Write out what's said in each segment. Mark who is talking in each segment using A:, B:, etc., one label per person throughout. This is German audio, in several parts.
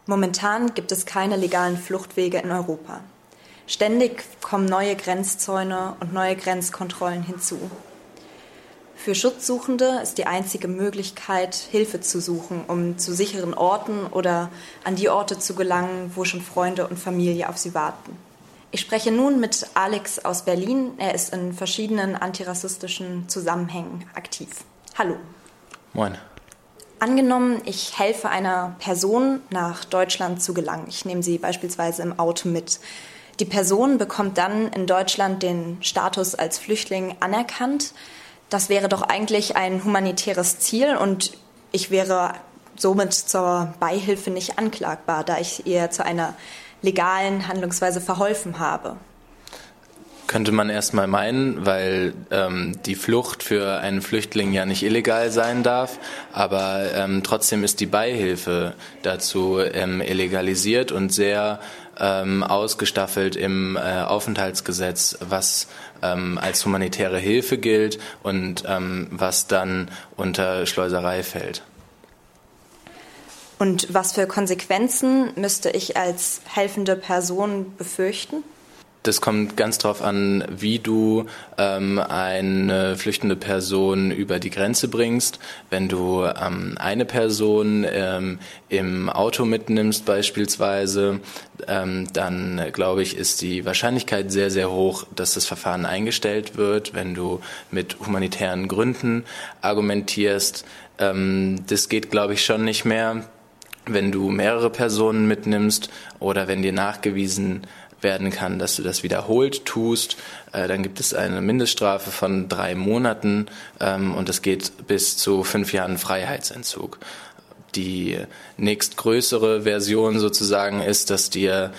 A: Momentan gibt es keine legalen Fluchtwege in Europa. Ständig kommen neue Grenzzäune und neue Grenzkontrollen hinzu. Für Schutzsuchende ist die einzige Möglichkeit, Hilfe zu suchen, um zu sicheren Orten oder an die Orte zu gelangen, wo schon Freunde und Familie auf sie warten. Ich spreche nun mit Alex aus Berlin. Er ist in verschiedenen antirassistischen Zusammenhängen aktiv. Hallo.
B: Moin.
A: Angenommen, ich helfe einer Person, nach Deutschland zu gelangen. Ich nehme sie beispielsweise im Auto mit. Die Person bekommt dann in Deutschland den Status als Flüchtling anerkannt. Das wäre doch eigentlich ein humanitäres Ziel und ich wäre somit zur Beihilfe nicht anklagbar, da ich ihr zu einer legalen Handlungsweise verholfen habe.
B: Könnte man erstmal meinen, weil die Flucht für einen Flüchtling ja nicht illegal sein darf, aber trotzdem ist die Beihilfe dazu illegalisiert und sehr ausgestaffelt im Aufenthaltsgesetz, was als humanitäre Hilfe gilt und was dann unter Schleuserei fällt.
A: Und was für Konsequenzen müsste ich als helfende Person befürchten?
B: Das kommt ganz drauf an, wie du eine flüchtende Person über die Grenze bringst. Wenn du eine Person im Auto mitnimmst beispielsweise, dann glaube ich, ist die Wahrscheinlichkeit sehr, sehr hoch, dass das Verfahren eingestellt wird. Wenn du mit humanitären Gründen argumentierst, das geht, glaube ich, schon nicht mehr. Wenn du mehrere Personen mitnimmst oder wenn dir nachgewiesen werden kann, dass du das wiederholt tust, dann gibt es eine Mindeststrafe von 3 Monaten und es geht bis zu 5 Jahren Freiheitsentzug. Die nächstgrößere Version sozusagen ist, dass dir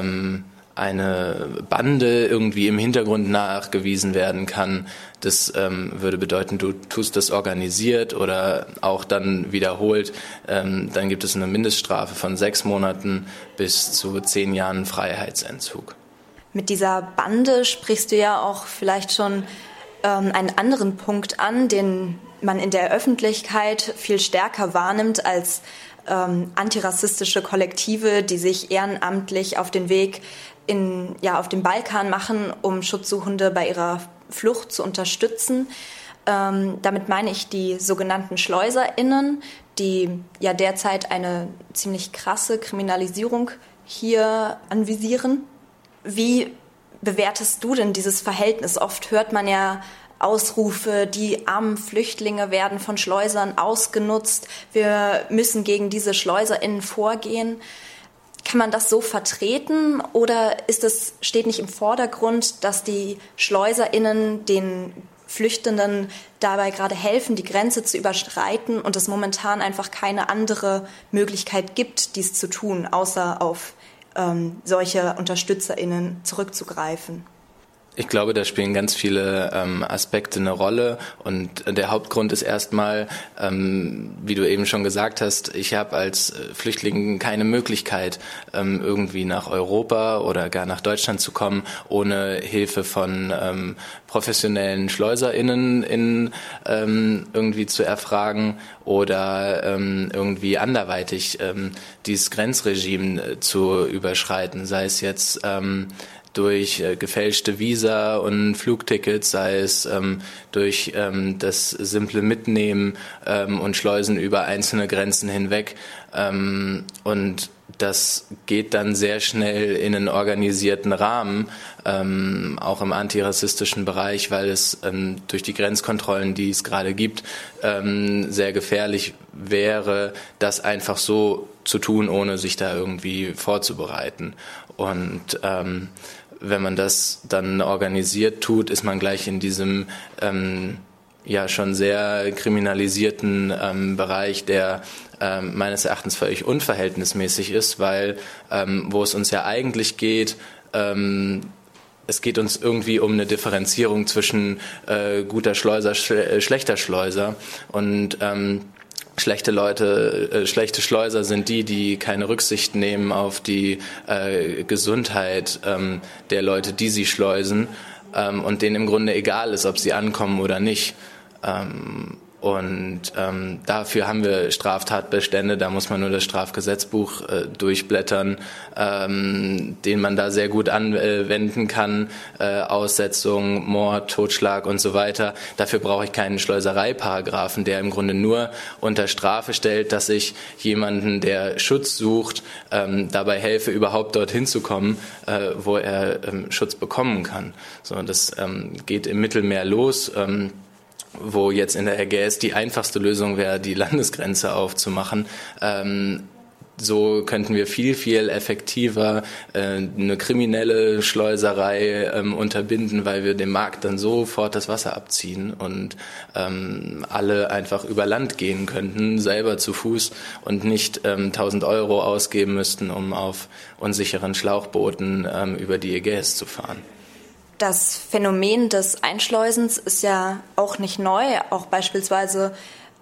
B: eine Bande irgendwie im Hintergrund nachgewiesen werden kann. Das würde bedeuten, du tust das organisiert oder auch dann wiederholt. Dann gibt es eine Mindeststrafe von 6 Monaten bis zu 10 Jahren Freiheitsentzug.
A: Mit dieser Bande sprichst du ja auch vielleicht schon einen anderen Punkt an, den man in der Öffentlichkeit viel stärker wahrnimmt als antirassistische Kollektive, die sich ehrenamtlich auf den Weg auf den Balkan machen, um Schutzsuchende bei ihrer Flucht zu unterstützen. Damit meine ich die sogenannten SchleuserInnen, die ja derzeit eine ziemlich krasse Kriminalisierung hier anvisieren. Wie bewertest du denn dieses Verhältnis? Oft hört man ja Ausrufe, die armen Flüchtlinge werden von Schleusern ausgenutzt. Wir müssen gegen diese SchleuserInnen vorgehen. Kann man das so vertreten oder steht nicht im Vordergrund, dass die SchleuserInnen den Flüchtenden dabei gerade helfen, die Grenze zu überschreiten und es momentan einfach keine andere Möglichkeit gibt, dies zu tun, außer auf solche UnterstützerInnen zurückzugreifen?
B: Ich glaube, da spielen ganz viele Aspekte eine Rolle und der Hauptgrund ist erstmal, wie du eben schon gesagt hast, ich habe als Flüchtling keine Möglichkeit, irgendwie nach Europa oder gar nach Deutschland zu kommen, ohne Hilfe von professionellen SchleuserInnen irgendwie zu erfragen oder irgendwie anderweitig dieses Grenzregime zu überschreiten, sei es jetzt durch gefälschte Visa und Flugtickets, sei es durch das simple Mitnehmen und Schleusen über einzelne Grenzen hinweg. Und das geht dann sehr schnell in einen organisierten Rahmen, auch im antirassistischen Bereich, weil es durch die Grenzkontrollen, die es gerade gibt, sehr gefährlich wäre, das einfach so zu tun, ohne sich da irgendwie vorzubereiten. Und wenn man das dann organisiert tut, ist man gleich in diesem schon sehr kriminalisierten Bereich, der meines Erachtens völlig unverhältnismäßig ist, weil wo es uns ja eigentlich geht, es geht uns irgendwie um eine Differenzierung zwischen guter Schleuser, schlechter Schleuser und schlechte Schleuser sind die keine Rücksicht nehmen auf die Gesundheit der Leute, die sie schleusen und denen im Grunde egal ist, ob sie ankommen oder nicht. Und dafür haben wir Straftatbestände, da muss man nur das Strafgesetzbuch durchblättern, den man da sehr gut anwenden kann, Aussetzung, Mord, Totschlag und so weiter. Dafür brauche ich keinen Schleusereiparagraphen, der im Grunde nur unter Strafe stellt, dass ich jemanden, der Schutz sucht, dabei helfe, überhaupt dorthin zu kommen, wo er Schutz bekommen kann. So, das geht im Mittelmeer los. Wo jetzt in der Ägäis die einfachste Lösung wäre, die Landesgrenze aufzumachen. So könnten wir viel, viel effektiver eine kriminelle Schleuserei unterbinden, weil wir dem Markt dann sofort das Wasser abziehen und alle einfach über Land gehen könnten, selber zu Fuß und nicht 1.000 Euro ausgeben müssten, um auf unsicheren Schlauchbooten über die Ägäis zu fahren.
A: Das Phänomen des Einschleusens ist ja auch nicht neu. Auch beispielsweise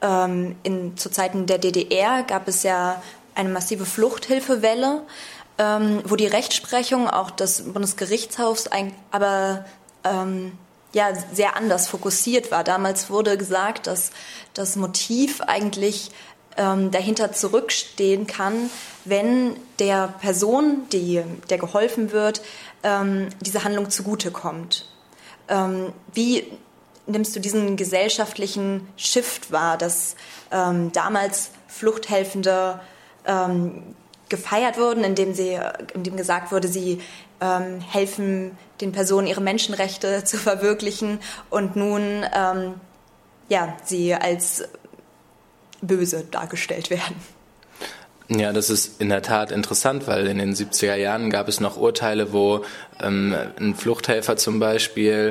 A: zu Zeiten der DDR gab es ja eine massive Fluchthilfewelle, wo die Rechtsprechung auch des Bundesgerichtshofs aber sehr anders fokussiert war. Damals wurde gesagt, dass das Motiv eigentlich dahinter zurückstehen kann, wenn der Person, der geholfen wird, diese Handlung zugutekommt. Wie nimmst du diesen gesellschaftlichen Shift wahr, dass damals Fluchthelfende gefeiert wurden, indem gesagt wurde, sie helfen den Personen, ihre Menschenrechte zu verwirklichen und nun sie als böse dargestellt werden?
B: Ja, das ist in der Tat interessant, weil in den 70er Jahren gab es noch Urteile, wo ein Fluchthelfer zum Beispiel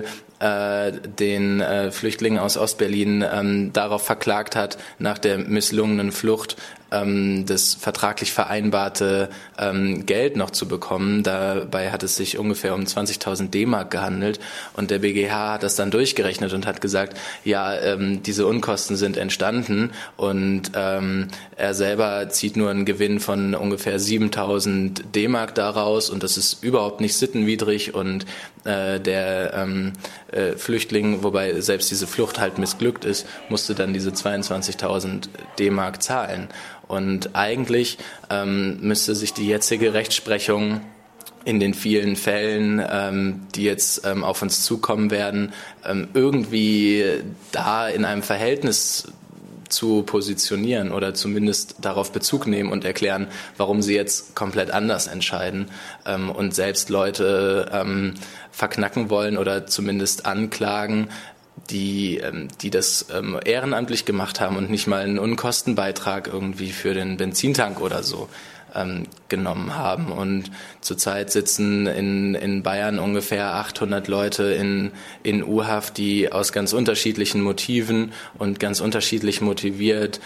B: den Flüchtling aus Ostberlin darauf verklagt hat, nach der misslungenen Flucht das vertraglich vereinbarte Geld noch zu bekommen. Dabei hat es sich ungefähr um 20.000 D-Mark gehandelt und der BGH hat das dann durchgerechnet und hat gesagt, ja, diese Unkosten sind entstanden und er selber zieht nur einen Gewinn von ungefähr 7.000 D-Mark daraus und das ist überhaupt nicht sittenwidrig und der Flüchtling, wobei selbst diese Flucht halt missglückt ist, musste dann diese 22.000 D-Mark zahlen. Und eigentlich müsste sich die jetzige Rechtsprechung in den vielen Fällen, die jetzt auf uns zukommen werden, irgendwie da in einem Verhältnis zu positionieren oder zumindest darauf Bezug nehmen und erklären, warum sie jetzt komplett anders entscheiden und selbst Leute verknacken wollen oder zumindest anklagen, die das ehrenamtlich gemacht haben und nicht mal einen Unkostenbeitrag irgendwie für den Benzintank oder so genommen haben. Und zurzeit sitzen in Bayern ungefähr 800 Leute in U-Haft, die aus ganz unterschiedlichen Motiven und ganz unterschiedlich motiviert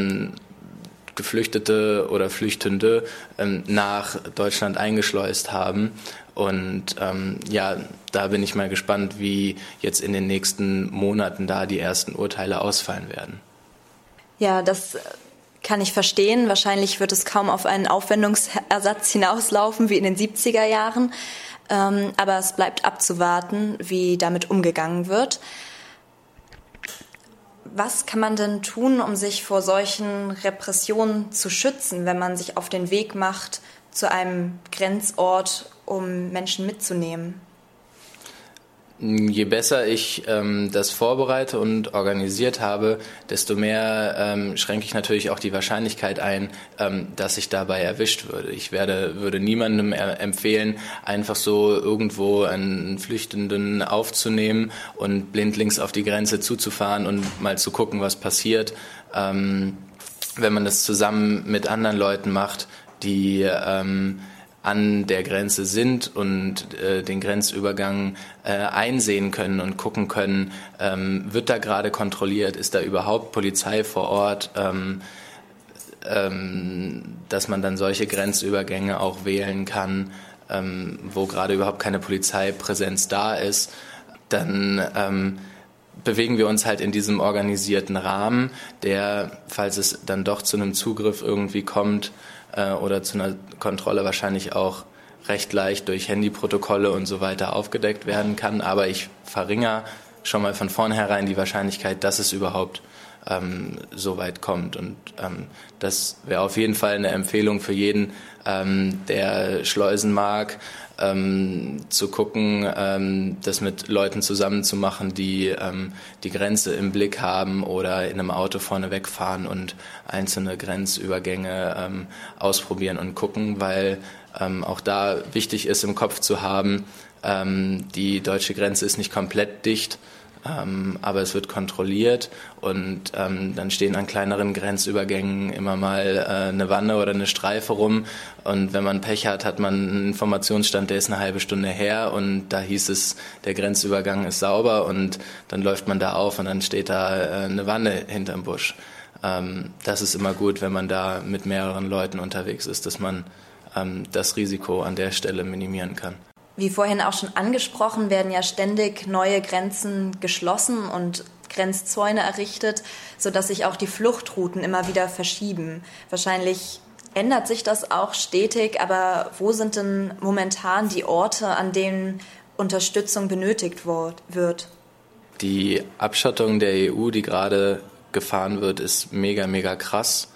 B: Geflüchtete oder Flüchtende nach Deutschland eingeschleust haben. Und da bin ich mal gespannt, wie jetzt in den nächsten Monaten da die ersten Urteile ausfallen werden.
A: Ja, das kann ich verstehen. Wahrscheinlich wird es kaum auf einen Aufwendungsersatz hinauslaufen wie in den 70er Jahren. Aber es bleibt abzuwarten, wie damit umgegangen wird. Was kann man denn tun, um sich vor solchen Repressionen zu schützen, wenn man sich auf den Weg macht zu einem Grenzort, um Menschen mitzunehmen?
B: Je besser ich das vorbereite und organisiert habe, desto mehr schränke ich natürlich auch die Wahrscheinlichkeit ein, dass ich dabei erwischt würde. Ich würde niemandem empfehlen, einfach so irgendwo einen Flüchtenden aufzunehmen und blindlings auf die Grenze zuzufahren und mal zu gucken, was passiert. Wenn man das zusammen mit anderen Leuten macht, die an der Grenze sind und den Grenzübergang einsehen können und gucken können, wird da gerade kontrolliert, ist da überhaupt Polizei vor Ort, dass man dann solche Grenzübergänge auch wählen kann, wo gerade überhaupt keine Polizeipräsenz da ist, dann bewegen wir uns halt in diesem organisierten Rahmen, der, falls es dann doch zu einem Zugriff irgendwie kommt, oder zu einer Kontrolle wahrscheinlich auch recht leicht durch Handyprotokolle und so weiter aufgedeckt werden kann. Aber ich verringere schon mal von vornherein die Wahrscheinlichkeit, dass es überhaupt so weit kommt. Und das wäre auf jeden Fall eine Empfehlung für jeden, der Schleusen mag, zu gucken, das mit Leuten zusammen zu machen, die die Grenze im Blick haben oder in einem Auto vorne wegfahren und einzelne Grenzübergänge ausprobieren und gucken, weil auch da wichtig ist, im Kopf zu haben, die deutsche Grenze ist nicht komplett dicht, aber es wird kontrolliert und dann stehen an kleineren Grenzübergängen immer mal eine Wanne oder eine Streife rum und wenn man Pech hat, hat man einen Informationsstand, der ist eine halbe Stunde her und da hieß es, der Grenzübergang ist sauber und dann läuft man da auf und dann steht da eine Wanne hinterm Busch. Das ist immer gut, wenn man da mit mehreren Leuten unterwegs ist, dass man das Risiko an der Stelle minimieren kann.
A: Wie vorhin auch schon angesprochen, werden ja ständig neue Grenzen geschlossen und Grenzzäune errichtet, sodass sich auch die Fluchtrouten immer wieder verschieben. Wahrscheinlich ändert sich das auch stetig, aber wo sind denn momentan die Orte, an denen Unterstützung benötigt wird?
B: Die Abschottung der EU, die gerade gefahren wird, ist mega, mega krass.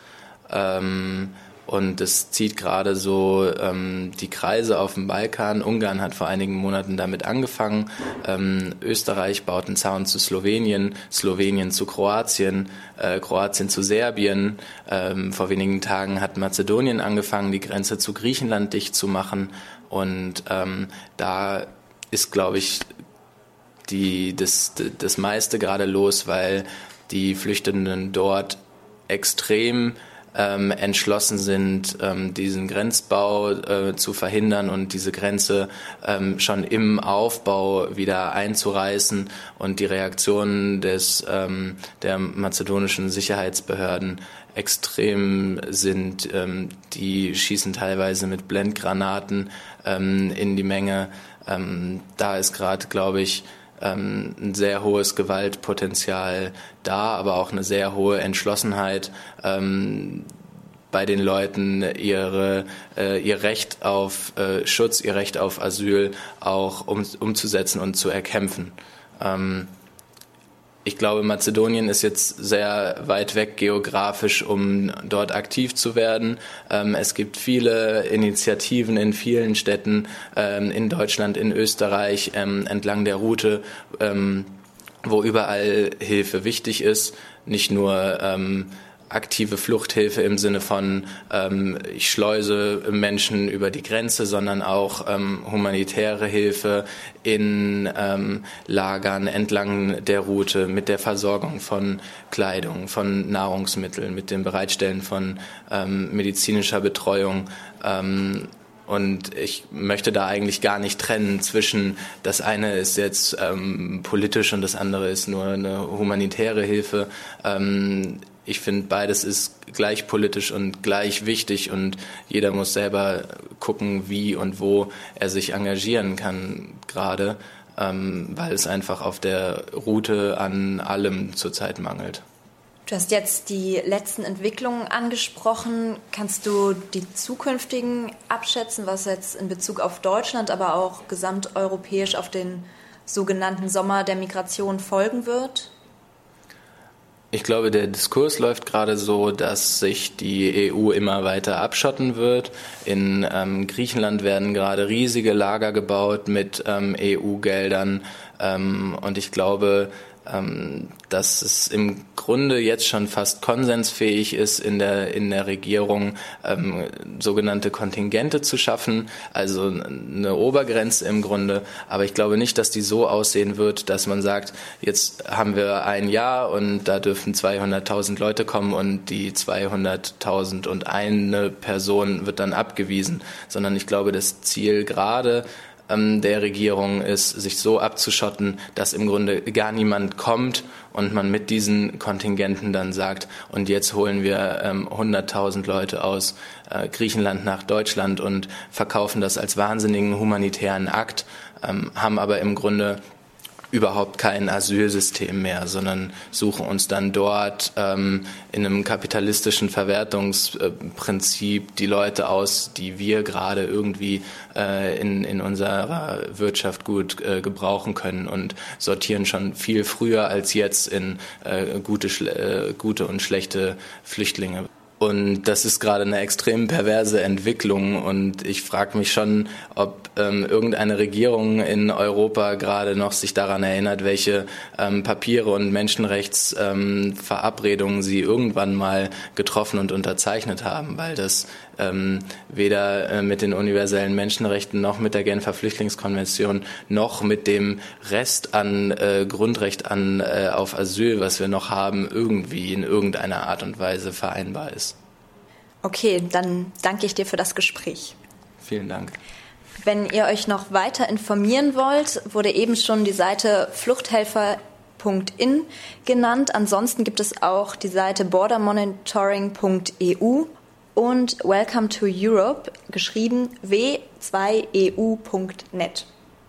B: Und es zieht gerade so die Kreise auf dem Balkan. Ungarn hat vor einigen Monaten damit angefangen. Österreich baut einen Zaun zu Slowenien, Slowenien zu Kroatien, Kroatien zu Serbien. Vor wenigen Tagen hat Mazedonien angefangen, die Grenze zu Griechenland dicht zu machen. Und da ist, glaube ich, das meiste gerade los, weil die Flüchtenden dort extrem entschlossen sind, diesen Grenzbau zu verhindern und diese Grenze schon im Aufbau wieder einzureißen. Und die Reaktionen der mazedonischen Sicherheitsbehörden extrem sind. Die schießen teilweise mit Blendgranaten in die Menge. Da ist gerade, glaube ich, ein sehr hohes Gewaltpotenzial da, aber auch eine sehr hohe Entschlossenheit bei den Leuten, ihr Recht auf Schutz, ihr Recht auf Asyl auch umzusetzen und zu erkämpfen. Ich glaube, Mazedonien ist jetzt sehr weit weg geografisch, um dort aktiv zu werden. Es gibt viele Initiativen in vielen Städten in Deutschland, in Österreich, entlang der Route, wo überall Hilfe wichtig ist. Nicht nur aktive Fluchthilfe im Sinne von ich schleuse Menschen über die Grenze, sondern auch humanitäre Hilfe in Lagern entlang der Route mit der Versorgung von Kleidung, von Nahrungsmitteln, mit dem Bereitstellen von medizinischer Betreuung. Und ich möchte da eigentlich gar nicht trennen zwischen, das eine ist jetzt politisch und das andere ist nur eine humanitäre Hilfe. Ich finde, beides ist gleich politisch und gleich wichtig und jeder muss selber gucken, wie und wo er sich engagieren kann gerade, weil es einfach auf der Route an allem zurzeit mangelt.
A: Du hast jetzt die letzten Entwicklungen angesprochen. Kannst du die zukünftigen abschätzen, was jetzt in Bezug auf Deutschland, aber auch gesamteuropäisch auf den sogenannten Sommer der Migration folgen wird?
B: Ich glaube, der Diskurs läuft gerade so, dass sich die EU immer weiter abschotten wird. In Griechenland werden gerade riesige Lager gebaut mit EU-Geldern. Und ich glaube, dass es im Grunde jetzt schon fast konsensfähig ist, in der Regierung sogenannte Kontingente zu schaffen, also eine Obergrenze im Grunde. Aber ich glaube nicht, dass die so aussehen wird, dass man sagt, jetzt haben wir ein Jahr und da dürfen 200.000 Leute kommen und die 200.000 und eine Person wird dann abgewiesen, sondern ich glaube, das Ziel gerade der Regierung ist, sich so abzuschotten, dass im Grunde gar niemand kommt und man mit diesen Kontingenten dann sagt, und jetzt holen wir 100.000 Leute aus Griechenland nach Deutschland und verkaufen das als wahnsinnigen humanitären Akt, haben aber im Grunde überhaupt kein Asylsystem mehr, sondern suchen uns dann dort in einem kapitalistischen Verwertungsprinzip die Leute aus, die wir gerade irgendwie in unserer Wirtschaft gut gebrauchen können und sortieren schon viel früher als jetzt in gute und schlechte Flüchtlinge. Und das ist gerade eine extrem perverse Entwicklung und ich frage mich schon, ob irgendeine Regierung in Europa gerade noch sich daran erinnert, welche Papiere und Menschenrechtsverabredungen sie irgendwann mal getroffen und unterzeichnet haben, weil das weder mit den universellen Menschenrechten noch mit der Genfer Flüchtlingskonvention noch mit dem Rest an Grundrecht auf Asyl, was wir noch haben, irgendwie in irgendeiner Art und Weise vereinbar ist.
A: Okay, dann danke ich dir für das Gespräch.
B: Vielen Dank.
A: Wenn ihr euch noch weiter informieren wollt, wurde eben schon die Seite fluchthelfer.in genannt. Ansonsten gibt es auch die Seite bordermonitoring.eu und Welcome to Europe, geschrieben w2eu.net.